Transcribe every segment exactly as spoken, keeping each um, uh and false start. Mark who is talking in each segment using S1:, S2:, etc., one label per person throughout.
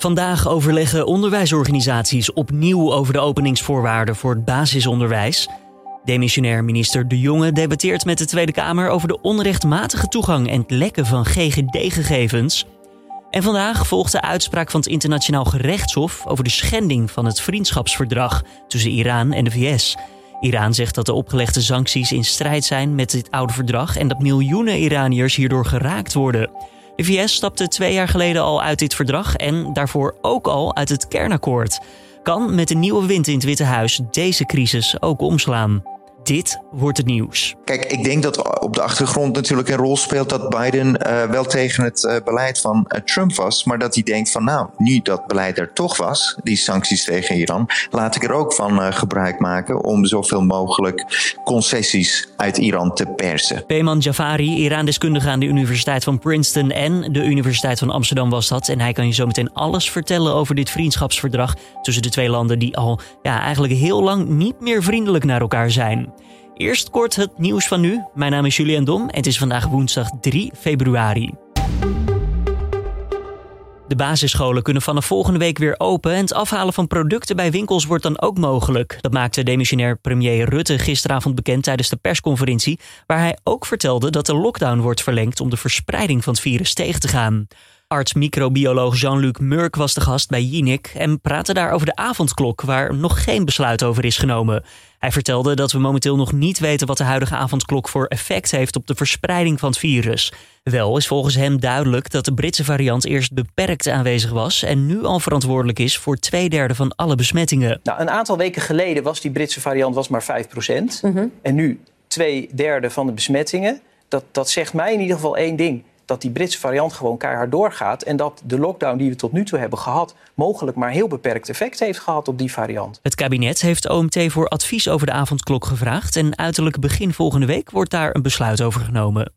S1: Vandaag overleggen onderwijsorganisaties opnieuw over de openingsvoorwaarden voor het basisonderwijs. Demissionair minister De Jonge debatteert met de Tweede Kamer over de onrechtmatige toegang en het lekken van G G D-gegevens. En vandaag volgt de uitspraak van het Internationaal Gerechtshof over de schending van het vriendschapsverdrag tussen Iran en de V S. Iran zegt dat de opgelegde sancties in strijd zijn met dit oude verdrag en dat miljoenen Iraniërs hierdoor geraakt worden. De V S stapte twee jaar geleden al uit dit verdrag en daarvoor ook al uit het kernakkoord. Kan met de nieuwe wind in het Witte Huis deze crisis ook omslaan? Dit wordt het nieuws.
S2: Kijk, ik denk dat op de achtergrond natuurlijk een rol speelt dat Biden uh, wel tegen het uh, beleid van uh, Trump was. Maar dat hij denkt van nou, nu dat beleid er toch was, die sancties tegen Iran, laat ik er ook van uh, gebruik maken om zoveel mogelijk concessies uit Iran te persen.
S1: Peyman Jafari, Iran-deskundige aan de Universiteit van Princeton en de Universiteit van Amsterdam was dat. En hij kan je zo meteen alles vertellen over dit vriendschapsverdrag tussen de twee landen die al ja, eigenlijk heel lang niet meer vriendelijk naar elkaar zijn. Eerst kort het nieuws van nu. Mijn naam is Julian Dom en het is vandaag woensdag drie februari. De basisscholen kunnen vanaf volgende week weer open en het afhalen van producten bij winkels wordt dan ook mogelijk. Dat maakte demissionair premier Rutte gisteravond bekend tijdens de persconferentie, waar hij ook vertelde dat de lockdown wordt verlengd om de verspreiding van het virus tegen te gaan. Arts-microbioloog Jean-Luc Murk was de gast bij Jinek en praatte daar over de avondklok, waar nog geen besluit over is genomen. Hij vertelde dat we momenteel nog niet weten wat de huidige avondklok voor effect heeft op de verspreiding van het virus. Wel is volgens hem duidelijk dat de Britse variant eerst beperkt aanwezig was en nu al verantwoordelijk is voor twee derde van alle besmettingen.
S3: Nou, een aantal weken geleden was die Britse variant was maar vijf procent. Mm-hmm. En nu twee derde van de besmettingen. Dat, dat zegt mij in ieder geval één ding. Dat die Britse variant gewoon keihard doorgaat en dat de lockdown die we tot nu toe hebben gehad mogelijk maar heel beperkt effect heeft gehad op die variant.
S1: Het kabinet heeft O M T voor advies over de avondklok gevraagd en uiterlijk begin volgende week wordt daar een besluit over genomen.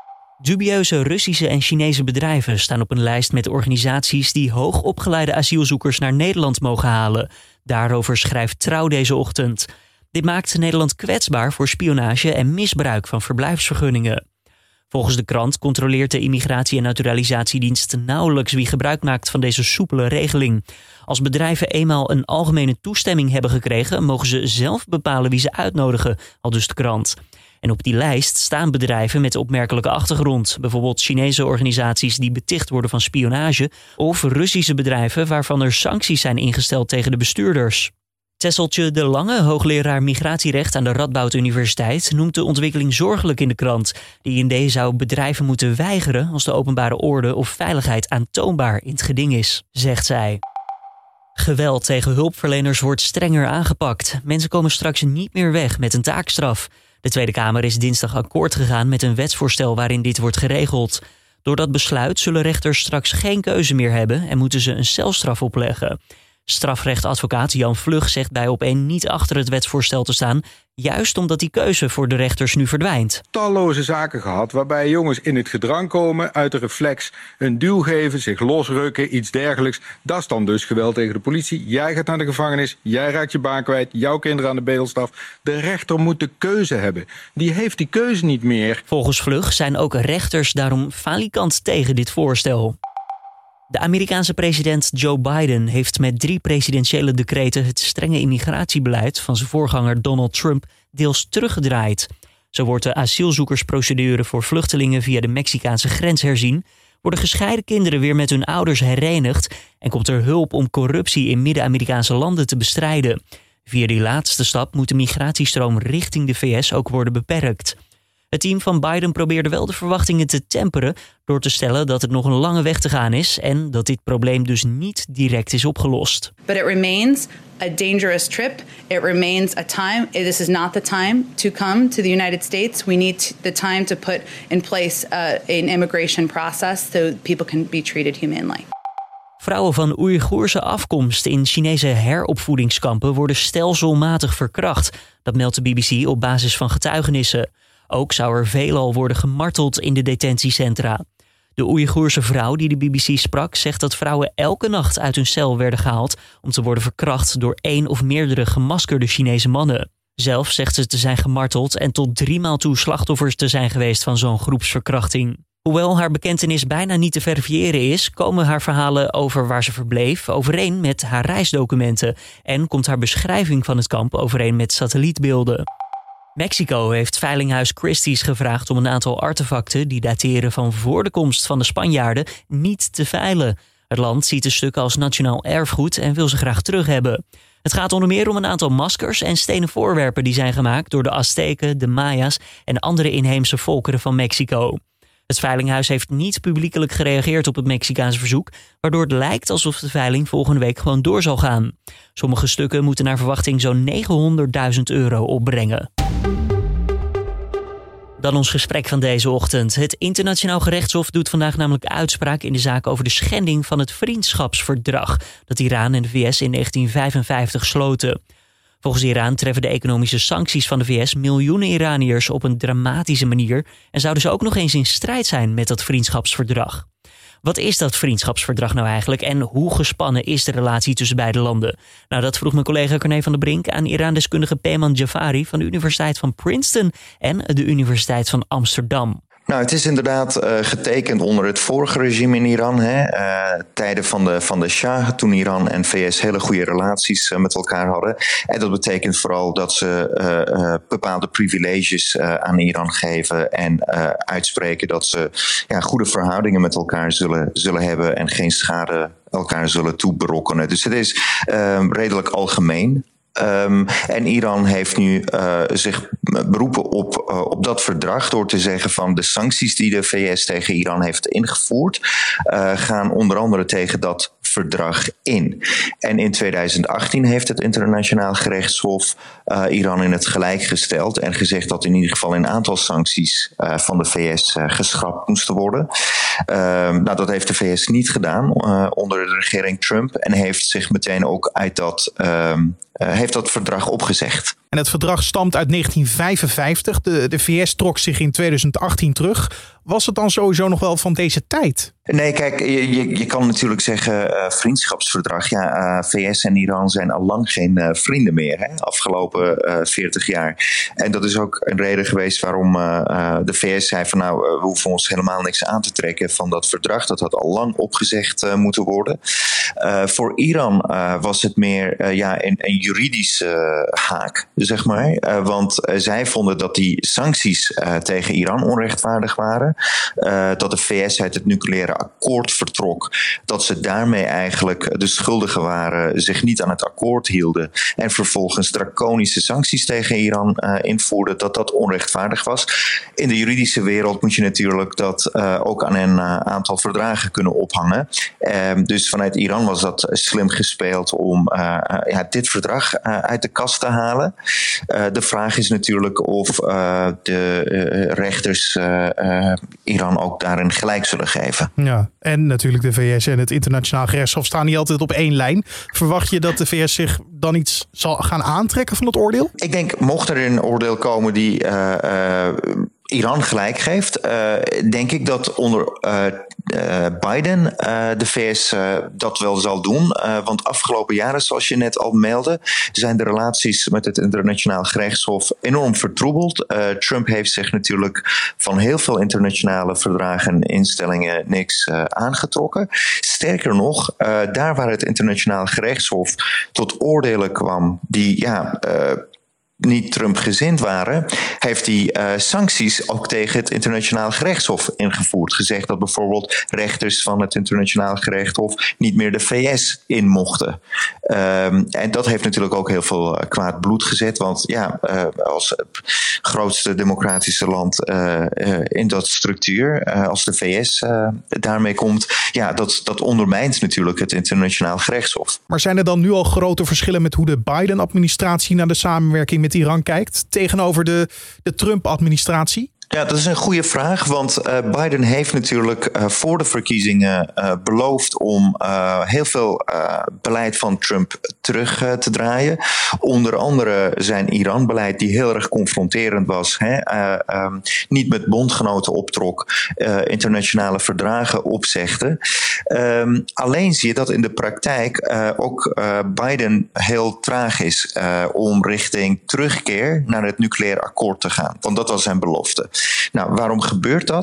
S1: Dubieuze Russische en Chinese bedrijven staan op een lijst met organisaties die hoogopgeleide asielzoekers naar Nederland mogen halen. Daarover schrijft Trouw deze ochtend. Dit maakt Nederland kwetsbaar voor spionage en misbruik van verblijfsvergunningen. Volgens de krant controleert de Immigratie- en Naturalisatiedienst nauwelijks wie gebruik maakt van deze soepele regeling. Als bedrijven eenmaal een algemene toestemming hebben gekregen, mogen ze zelf bepalen wie ze uitnodigen, aldus de krant. En op die lijst staan bedrijven met opmerkelijke achtergrond. Bijvoorbeeld Chinese organisaties die beticht worden van spionage of Russische bedrijven waarvan er sancties zijn ingesteld tegen de bestuurders. Tesseltje de Lange, hoogleraar migratierecht aan de Radboud Universiteit, noemt de ontwikkeling zorgelijk in de krant. De I N D zou bedrijven moeten weigeren als de openbare orde of veiligheid aantoonbaar in het geding is, zegt zij. Geweld tegen hulpverleners wordt strenger aangepakt. Mensen komen straks niet meer weg met een taakstraf. De Tweede Kamer is dinsdag akkoord gegaan met een wetsvoorstel waarin dit wordt geregeld. Door dat besluit zullen rechters straks geen keuze meer hebben en moeten ze een celstraf opleggen. Strafrechtadvocaat Jan Vlug zegt bij Op één niet achter het wetsvoorstel te staan, juist omdat die keuze voor de rechters nu verdwijnt.
S4: Talloze zaken gehad waarbij jongens in het gedrang komen, uit de reflex een duw geven, zich losrukken, iets dergelijks. Dat is dan dus geweld tegen de politie. Jij gaat naar de gevangenis, jij raakt je baan kwijt, jouw kinderen aan de bedelstaf. De rechter moet de keuze hebben. Die heeft die keuze niet meer.
S1: Volgens Vlug zijn ook rechters daarom falikant tegen dit voorstel. De Amerikaanse president Joe Biden heeft met drie presidentiële decreten het strenge immigratiebeleid van zijn voorganger Donald Trump deels teruggedraaid. Zo wordt de asielzoekersprocedure voor vluchtelingen via de Mexicaanse grens herzien, worden gescheiden kinderen weer met hun ouders herenigd en komt er hulp om corruptie in Midden-Amerikaanse landen te bestrijden. Via die laatste stap moet de migratiestroom richting de V S ook worden beperkt. Het team van Biden probeerde wel de verwachtingen te temperen door te stellen dat het nog een lange weg te gaan is en dat dit probleem dus niet direct is opgelost.
S5: But it remains a dangerous trip. It remains a time. This is not the time to come to the United States. We need the time to put in place uh, an immigration process so people can be treated humanely.
S1: Vrouwen van Oeigoerse afkomst in Chinese heropvoedingskampen worden stelselmatig verkracht. Dat meldt de B B C op basis van getuigenissen. Ook zou er veelal worden gemarteld in de detentiecentra. De Oeigoerse vrouw die de B B C sprak zegt dat vrouwen elke nacht uit hun cel werden gehaald om te worden verkracht door één of meerdere gemaskerde Chinese mannen. Zelf zegt ze te zijn gemarteld en tot drie maal toe slachtoffers te zijn geweest van zo'n groepsverkrachting. Hoewel haar bekentenis bijna niet te verifiëren is, komen haar verhalen over waar ze verbleef overeen met haar reisdocumenten en komt haar beschrijving van het kamp overeen met satellietbeelden. Mexico heeft veilinghuis Christie's gevraagd om een aantal artefacten die dateren van voor de komst van de Spanjaarden niet te veilen. Het land ziet de stukken als nationaal erfgoed en wil ze graag terug hebben. Het gaat onder meer om een aantal maskers en stenen voorwerpen die zijn gemaakt door de Azteken, de Maya's en andere inheemse volkeren van Mexico. Het veilinghuis heeft niet publiekelijk gereageerd op het Mexicaanse verzoek, waardoor het lijkt alsof de veiling volgende week gewoon door zal gaan. Sommige stukken moeten naar verwachting zo'n negenhonderdduizend euro opbrengen. Dan ons gesprek van deze ochtend. Het Internationaal Gerechtshof doet vandaag namelijk uitspraak in de zaak over de schending van het vriendschapsverdrag dat Iran en de V S in negentien vijfenvijftig sloten. Volgens Iran treffen de economische sancties van de V S miljoenen Iraniërs op een dramatische manier en zouden ze ook nog eens in strijd zijn met dat vriendschapsverdrag. Wat is dat vriendschapsverdrag nou eigenlijk en hoe gespannen is de relatie tussen beide landen? Nou, dat vroeg mijn collega Corné van der Brink aan Iran-deskundige Peyman Jafari van de Universiteit van Princeton en de Universiteit van Amsterdam.
S2: Nou, het is inderdaad uh, getekend onder het vorige regime in Iran. Hè? Uh, tijden van de, van de Shah, toen Iran en V S hele goede relaties uh, met elkaar hadden. En dat betekent vooral dat ze uh, uh, bepaalde privileges uh, aan Iran geven en uh, uitspreken dat ze ja, goede verhoudingen met elkaar zullen, zullen hebben en geen schade elkaar zullen toeberokkenen. Dus het is uh, redelijk algemeen. Um, en Iran heeft nu uh, zich beroepen op, uh, op dat verdrag door te zeggen van de sancties die de V S tegen Iran heeft ingevoerd, uh, gaan onder andere tegen dat verdrag in. En in tweeduizend achttien heeft het Internationaal Gerechtshof uh, Iran in het gelijk gesteld en gezegd dat in ieder geval een aantal sancties uh, van de V S uh, geschrapt moesten worden. Uh, nou, dat heeft de V S niet gedaan uh, onder de regering Trump en heeft zich meteen ook uit dat, uh, uh, heeft dat verdrag opgezegd.
S6: En het verdrag stamt uit negentien vijfenvijftig. De, de V S trok zich in tweeduizend achttien terug. Was het dan sowieso nog wel van deze tijd?
S2: Nee, kijk, je, je, je kan natuurlijk zeggen uh, vriendschapsverdrag. Ja, uh, V S en Iran zijn al lang geen uh, vrienden meer, hè, afgelopen uh, veertig jaar. En dat is ook een reden geweest waarom uh, uh, de V S zei van nou, uh, we hoeven ons helemaal niks aan te trekken van dat verdrag. Dat had al lang opgezegd uh, moeten worden. Uh, voor Iran uh, was het meer uh, ja, een, een juridische uh, haak, zeg maar. Uh, want uh, zij vonden dat die sancties uh, tegen Iran onrechtvaardig waren. Uh, dat de V S uit het nucleaire akkoord vertrok. Dat ze daarmee eigenlijk de schuldigen waren, zich niet aan het akkoord hielden. En vervolgens draconische sancties tegen Iran uh, invoerden. Dat dat onrechtvaardig was. In de juridische wereld moet je natuurlijk dat uh, ook aan een uh, aantal verdragen kunnen ophangen. Uh, dus vanuit Iran was dat slim gespeeld om uh, uh, ja, dit verdrag uh, uit de kast te halen. Uh, de vraag is natuurlijk of uh, de uh, rechters uh, uh, Iran ook daarin gelijk zullen geven.
S6: Ja, en natuurlijk de V S en het Internationaal Gerechtshof staan niet altijd op één lijn. Verwacht je dat de V S zich dan iets zal gaan aantrekken van het oordeel?
S2: Ik denk, mocht er een oordeel komen die uh, uh, Iran gelijk geeft, uh, denk ik dat onder uh, uh, Biden uh, de V S uh, dat wel zal doen. Uh, want afgelopen jaren, zoals je net al meldde, zijn de relaties met het Internationaal Gerechtshof enorm vertroebeld. Uh, Trump heeft zich natuurlijk van heel veel internationale verdragen en instellingen niks uh, aangetrokken. Sterker nog, uh, daar waar het Internationaal Gerechtshof tot oordelen kwam die ja uh, niet Trump-gezind waren, heeft hij uh, sancties ook tegen het Internationaal Gerechtshof ingevoerd. Gezegd dat bijvoorbeeld rechters van het Internationaal Gerechtshof niet meer de V S in mochten. Um, en dat heeft natuurlijk ook heel veel uh, kwaad bloed gezet, want ja, uh, als uh, grootste democratische land uh, uh, in dat structuur, uh, als de V S uh, daarmee komt, ja, dat, dat ondermijnt natuurlijk het Internationaal Gerechtshof.
S6: Maar zijn er dan nu al grote verschillen met hoe de Biden-administratie naar de samenwerking met Iran kijkt tegenover de, de Trump-administratie?
S2: Ja, dat is een goede vraag, want uh, Biden heeft natuurlijk uh, voor de verkiezingen uh, beloofd om uh, heel veel uh, beleid van Trump terug uh, te draaien. Onder andere zijn Iran-beleid, die heel erg confronterend was, hè, uh, um, niet met bondgenoten optrok, uh, internationale verdragen opzegde. Um, alleen zie je dat in de praktijk uh, ook uh, Biden heel traag is uh, om richting terugkeer naar het nucleair akkoord te gaan. Want dat was zijn belofte. Nou, waarom gebeurt dat?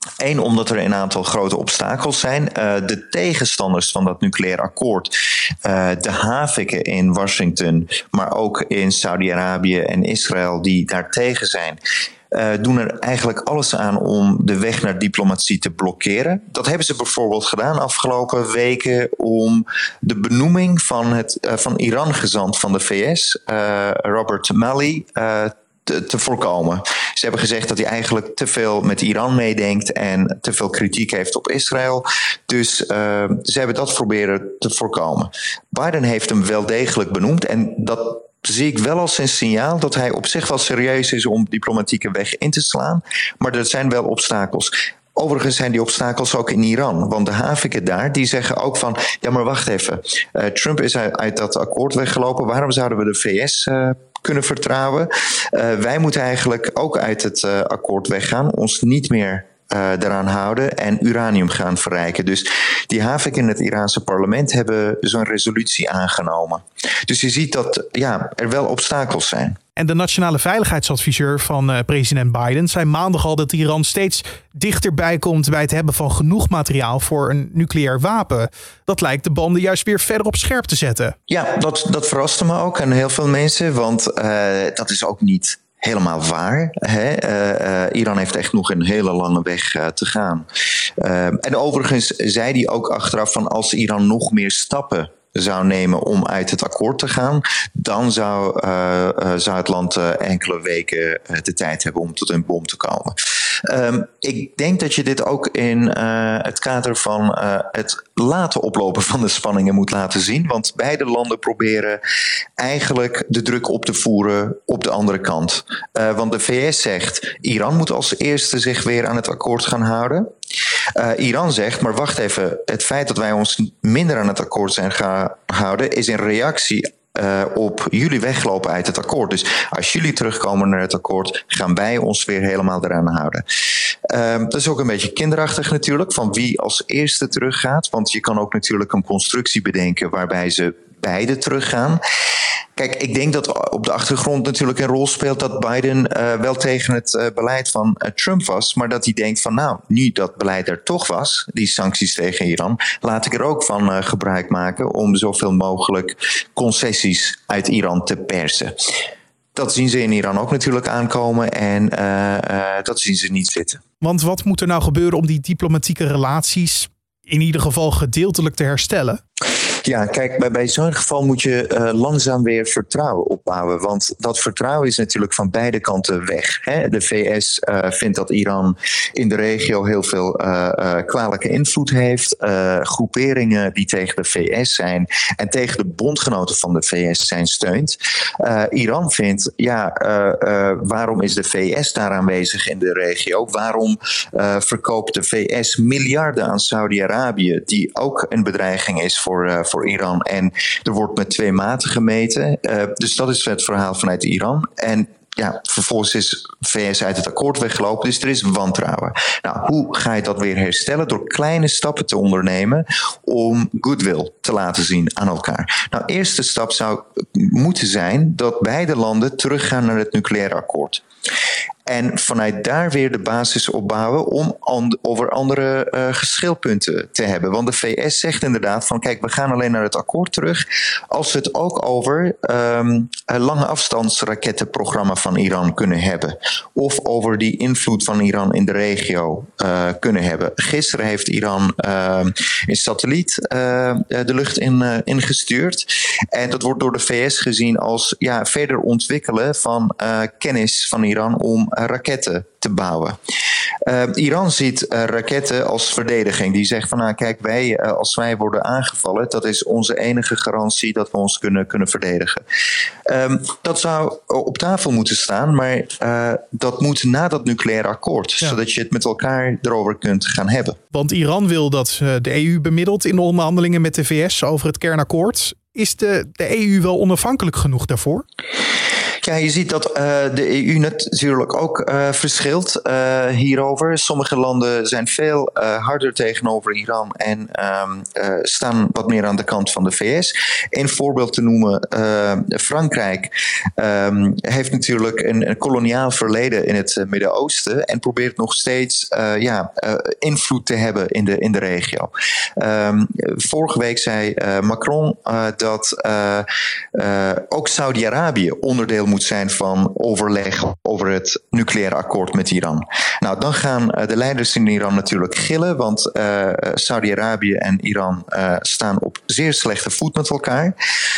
S2: Eén, omdat er een aantal grote obstakels zijn. Uh, de tegenstanders van dat nucleair akkoord, uh, de haviken in Washington, maar ook in Saudi-Arabië en Israël die daar tegen zijn, Uh, doen er eigenlijk alles aan om de weg naar diplomatie te blokkeren. Dat hebben ze bijvoorbeeld gedaan afgelopen weken om de benoeming van het uh, van Iran-gezant van de V S, uh, Robert Malley, uh, te, te voorkomen. Ze hebben gezegd dat hij eigenlijk te veel met Iran meedenkt en te veel kritiek heeft op Israël. Dus uh, ze hebben dat proberen te voorkomen. Biden heeft hem wel degelijk benoemd en dat zie ik wel als een signaal dat hij op zich wel serieus is om diplomatieke weg in te slaan. Maar er zijn wel obstakels. Overigens zijn die obstakels ook in Iran. Want de haviken daar, die zeggen ook van, ja maar wacht even. Uh, Trump is uit, uit dat akkoord weggelopen. Waarom zouden we de V S uh, kunnen vertrouwen? Uh, wij moeten eigenlijk ook uit het uh, akkoord weggaan. Ons niet meer Uh, daaraan houden en uranium gaan verrijken. Dus die haviken in het Iraanse parlement hebben zo'n resolutie aangenomen. Dus je ziet dat ja, er wel obstakels zijn.
S6: En de nationale veiligheidsadviseur van uh, president Biden zei maandag al dat Iran steeds dichterbij komt bij het hebben van genoeg materiaal voor een nucleair wapen. Dat lijkt de banden juist weer verder op scherp te zetten.
S2: Ja, dat, dat verraste me ook en heel veel mensen, want uh, dat is ook niet helemaal waar. Hè? Uh, uh, Iran heeft echt nog een hele lange weg uh, te gaan. Uh, en overigens zei hij ook achteraf van als Iran nog meer stappen zou nemen om uit het akkoord te gaan, dan zou, uh, uh, zou het land uh, enkele weken uh, de tijd hebben om tot een bom te komen. Um, ik denk dat je dit ook in uh, het kader van uh, het laten oplopen van de spanningen moet laten zien. Want beide landen proberen eigenlijk de druk op te voeren op de andere kant. Uh, want de V S zegt, Iran moet als eerste zich weer aan het akkoord gaan houden. Uh, Iran zegt, maar wacht even, het feit dat wij ons minder aan het akkoord zijn gaan houden is een reactie Uh, op jullie weglopen uit het akkoord. Dus als jullie terugkomen naar het akkoord, gaan wij ons weer helemaal eraan houden. Uh, dat is ook een beetje kinderachtig natuurlijk, van wie als eerste teruggaat. Want je kan ook natuurlijk een constructie bedenken waarbij ze beide teruggaan. Kijk, ik denk dat op de achtergrond natuurlijk een rol speelt dat Biden uh, wel tegen het uh, beleid van uh, Trump was, maar dat hij denkt van nou, nu dat beleid er toch was, die sancties tegen Iran, laat ik er ook van uh, gebruik maken om zoveel mogelijk concessies uit Iran te persen. Dat zien ze in Iran ook natuurlijk aankomen en uh, uh, dat zien ze niet zitten.
S6: Want wat moet er nou gebeuren om die diplomatieke relaties in ieder geval gedeeltelijk te herstellen?
S2: Ja, kijk, bij, bij zo'n geval moet je uh, langzaam weer vertrouwen opbouwen. Want dat vertrouwen is natuurlijk van beide kanten weg. Hè? De V S uh, vindt dat Iran in de regio heel veel uh, uh, kwalijke invloed heeft. Uh, groeperingen die tegen de V S zijn en tegen de bondgenoten van de V S zijn steunt. Uh, Iran vindt, ja, uh, uh, waarom is de V S daar aanwezig in de regio? Waarom uh, verkoopt de V S miljarden aan Saudi-Arabië, die ook een bedreiging is voor uh, voor Iran. En er wordt met twee maten gemeten. Uh, dus dat is het verhaal vanuit Iran. En ja, vervolgens is V S uit het akkoord weggelopen, dus er is wantrouwen. Nou, hoe ga je dat weer herstellen? Door kleine stappen te ondernemen om goodwill te laten zien aan elkaar. Nou, eerste stap zou moeten zijn dat beide landen teruggaan naar het nucleaire akkoord. En vanuit daar weer de basis opbouwen om and- over andere uh, geschilpunten te hebben. Want de V S zegt inderdaad van kijk, we gaan alleen naar het akkoord terug als we het ook over um, een lange afstandsrakettenprogramma van Iran kunnen hebben. Of over die invloed van Iran in de regio uh, kunnen hebben. Gisteren heeft Iran uh, een satelliet uh, de lucht in, uh, ingestuurd. En dat wordt door de V S gezien als ja, verder ontwikkelen van uh, kennis van Iran om raketten te bouwen. Uh, Iran ziet uh, raketten als verdediging. Die zegt van nou kijk, wij uh, als wij worden aangevallen, dat is onze enige garantie dat we ons kunnen, kunnen verdedigen. Um, dat zou op tafel moeten staan, maar uh, dat moet na dat nucleaire akkoord, ja. Zodat je het met elkaar erover kunt gaan hebben.
S6: Want Iran wil dat uh, de E U bemiddelt in de onderhandelingen met de V S over het kernakkoord. Is de, de E U wel onafhankelijk genoeg daarvoor?
S2: Ja, je ziet dat uh, de E U natuurlijk ook uh, verschilt uh, hierover. Sommige landen zijn veel uh, harder tegenover Iran en um, uh, staan wat meer aan de kant van de V S. Een voorbeeld te noemen, uh, Frankrijk um, heeft natuurlijk een, een koloniaal verleden in het uh, Midden-Oosten en probeert nog steeds uh, ja, uh, invloed te hebben in de, in de regio. Um, vorige week zei uh, Macron uh, dat uh, uh, ook Saudi-Arabië onderdeel moet zijn van overleg over het nucleaire akkoord met Iran. Nou, dan gaan uh, de leiders in Iran natuurlijk gillen, want uh, Saudi-Arabië en Iran uh, staan op zeer slechte voet met elkaar.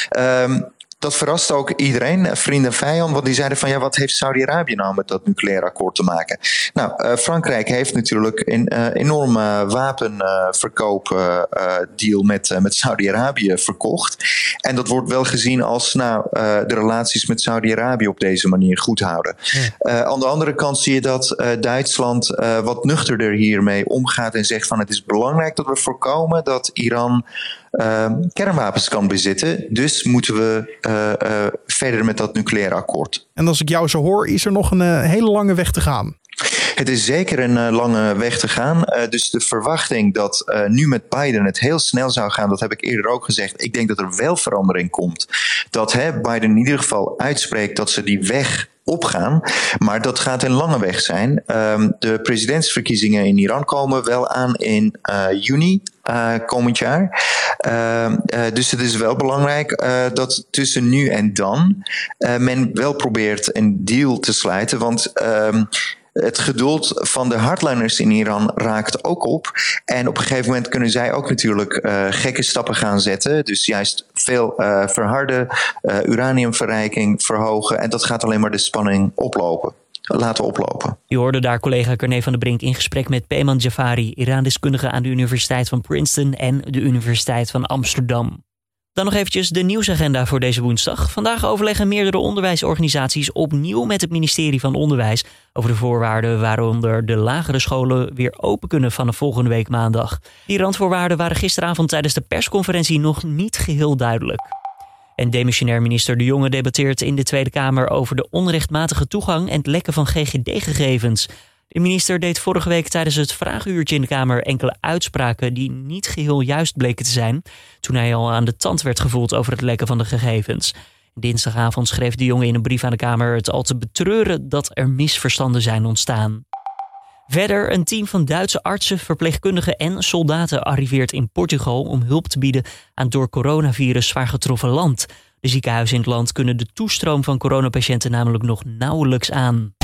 S2: Um, Dat verrast ook iedereen, vriend en vijand, want die zeiden van ja, wat heeft Saudi-Arabië nou met dat nucleaire akkoord te maken? Nou, uh, Frankrijk heeft natuurlijk een uh, enorme wapenverkoopdeal uh, uh, met, uh, met Saudi-Arabië verkocht. En dat wordt wel gezien als nou, uh, de relaties met Saudi-Arabië op deze manier goed houden. Ja. Uh, aan de andere kant zie je dat uh, Duitsland uh, wat nuchterder hiermee omgaat en zegt van het is belangrijk dat we voorkomen dat Iran Uh, kernwapens kan bezitten. Dus moeten we uh, uh, verder met dat nucleaire akkoord.
S6: En als ik jou zo hoor, is er nog een uh, hele lange weg te gaan.
S2: Het is zeker een uh, lange weg te gaan. Uh, dus de verwachting dat uh, nu met Biden het heel snel zou gaan, dat heb ik eerder ook gezegd. Ik denk dat er wel verandering komt. Dat hè, Biden in ieder geval uitspreekt dat ze die weg opgaan. Maar dat gaat een lange weg zijn. Um, de presidentsverkiezingen in Iran komen wel aan in uh, juni uh, komend jaar. Uh, uh, dus het is wel belangrijk uh, dat tussen nu en dan uh, men wel probeert een deal te sluiten. Want Um, het geduld van de hardliners in Iran raakt ook op. En op een gegeven moment kunnen zij ook natuurlijk uh, gekke stappen gaan zetten. Dus juist veel uh, verharden, uh, uraniumverrijking verhogen. En dat gaat alleen maar de spanning oplopen. Laten oplopen.
S1: Je hoorde daar collega Carne van der Brink in gesprek met Peyman Jafari, Iran-deskundige aan de Universiteit van Princeton en de Universiteit van Amsterdam. Dan nog eventjes de nieuwsagenda voor deze woensdag. Vandaag overleggen meerdere onderwijsorganisaties opnieuw met het ministerie van Onderwijs over de voorwaarden waaronder de lagere scholen weer open kunnen vanaf volgende week maandag. Die randvoorwaarden waren gisteravond tijdens de persconferentie nog niet geheel duidelijk. En demissionair minister De Jonge debatteert in de Tweede Kamer over de onrechtmatige toegang en het lekken van G G D-gegevens. De minister deed vorige week tijdens het vragenuurtje in de Kamer enkele uitspraken die niet geheel juist bleken te zijn, toen hij al aan de tand werd gevoeld over het lekken van de gegevens. Dinsdagavond schreef De Jonge in een brief aan de Kamer het al te betreuren dat er misverstanden zijn ontstaan. Verder, een team van Duitse artsen, verpleegkundigen en soldaten arriveert in Portugal om hulp te bieden aan door coronavirus zwaar getroffen land. De ziekenhuizen in het land kunnen de toestroom van coronapatiënten namelijk nog nauwelijks aan.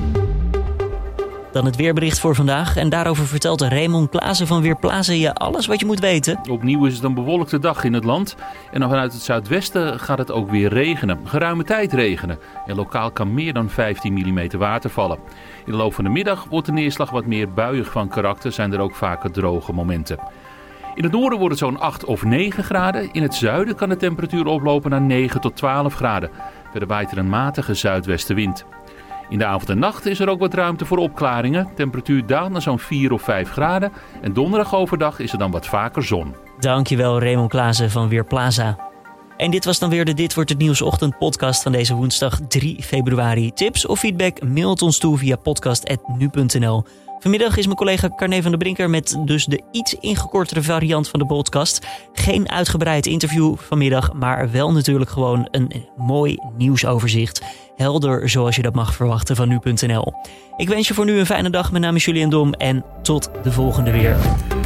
S1: Dan het weerbericht voor vandaag. En daarover vertelt Raymond Klaassen van Weerplaza je alles wat je moet weten.
S7: Opnieuw is het een bewolkte dag in het land. En dan vanuit het zuidwesten gaat het ook weer regenen. Geruime tijd regenen. En lokaal kan meer dan vijftien millimeter water vallen. In de loop van de middag wordt de neerslag wat meer buiig van karakter. Zijn er ook vaker droge momenten. In het noorden wordt het zo'n acht of negen graden. In het zuiden kan de temperatuur oplopen naar negen tot twaalf graden. Verder waait er een matige zuidwestenwind. In de avond en nacht is er ook wat ruimte voor opklaringen. Temperatuur daalt naar zo'n vier of vijf graden. En donderdag overdag is er dan wat vaker zon.
S1: Dankjewel Raymond Klaassen van Weerplaza. En dit was dan weer de Dit Wordt Het Nieuws Ochtend podcast van deze woensdag drie februari. Tips of feedback, mail het ons toe via podcast apenstaartje nu punt n l. Vanmiddag is mijn collega Carne van der Brinker met dus de iets ingekortere variant van de podcast. Geen uitgebreid interview vanmiddag, maar wel natuurlijk gewoon een mooi nieuwsoverzicht. Helder zoals je dat mag verwachten van nu punt n l. Ik wens je voor nu een fijne dag. Mijn naam is Julian Dom en tot de volgende weer.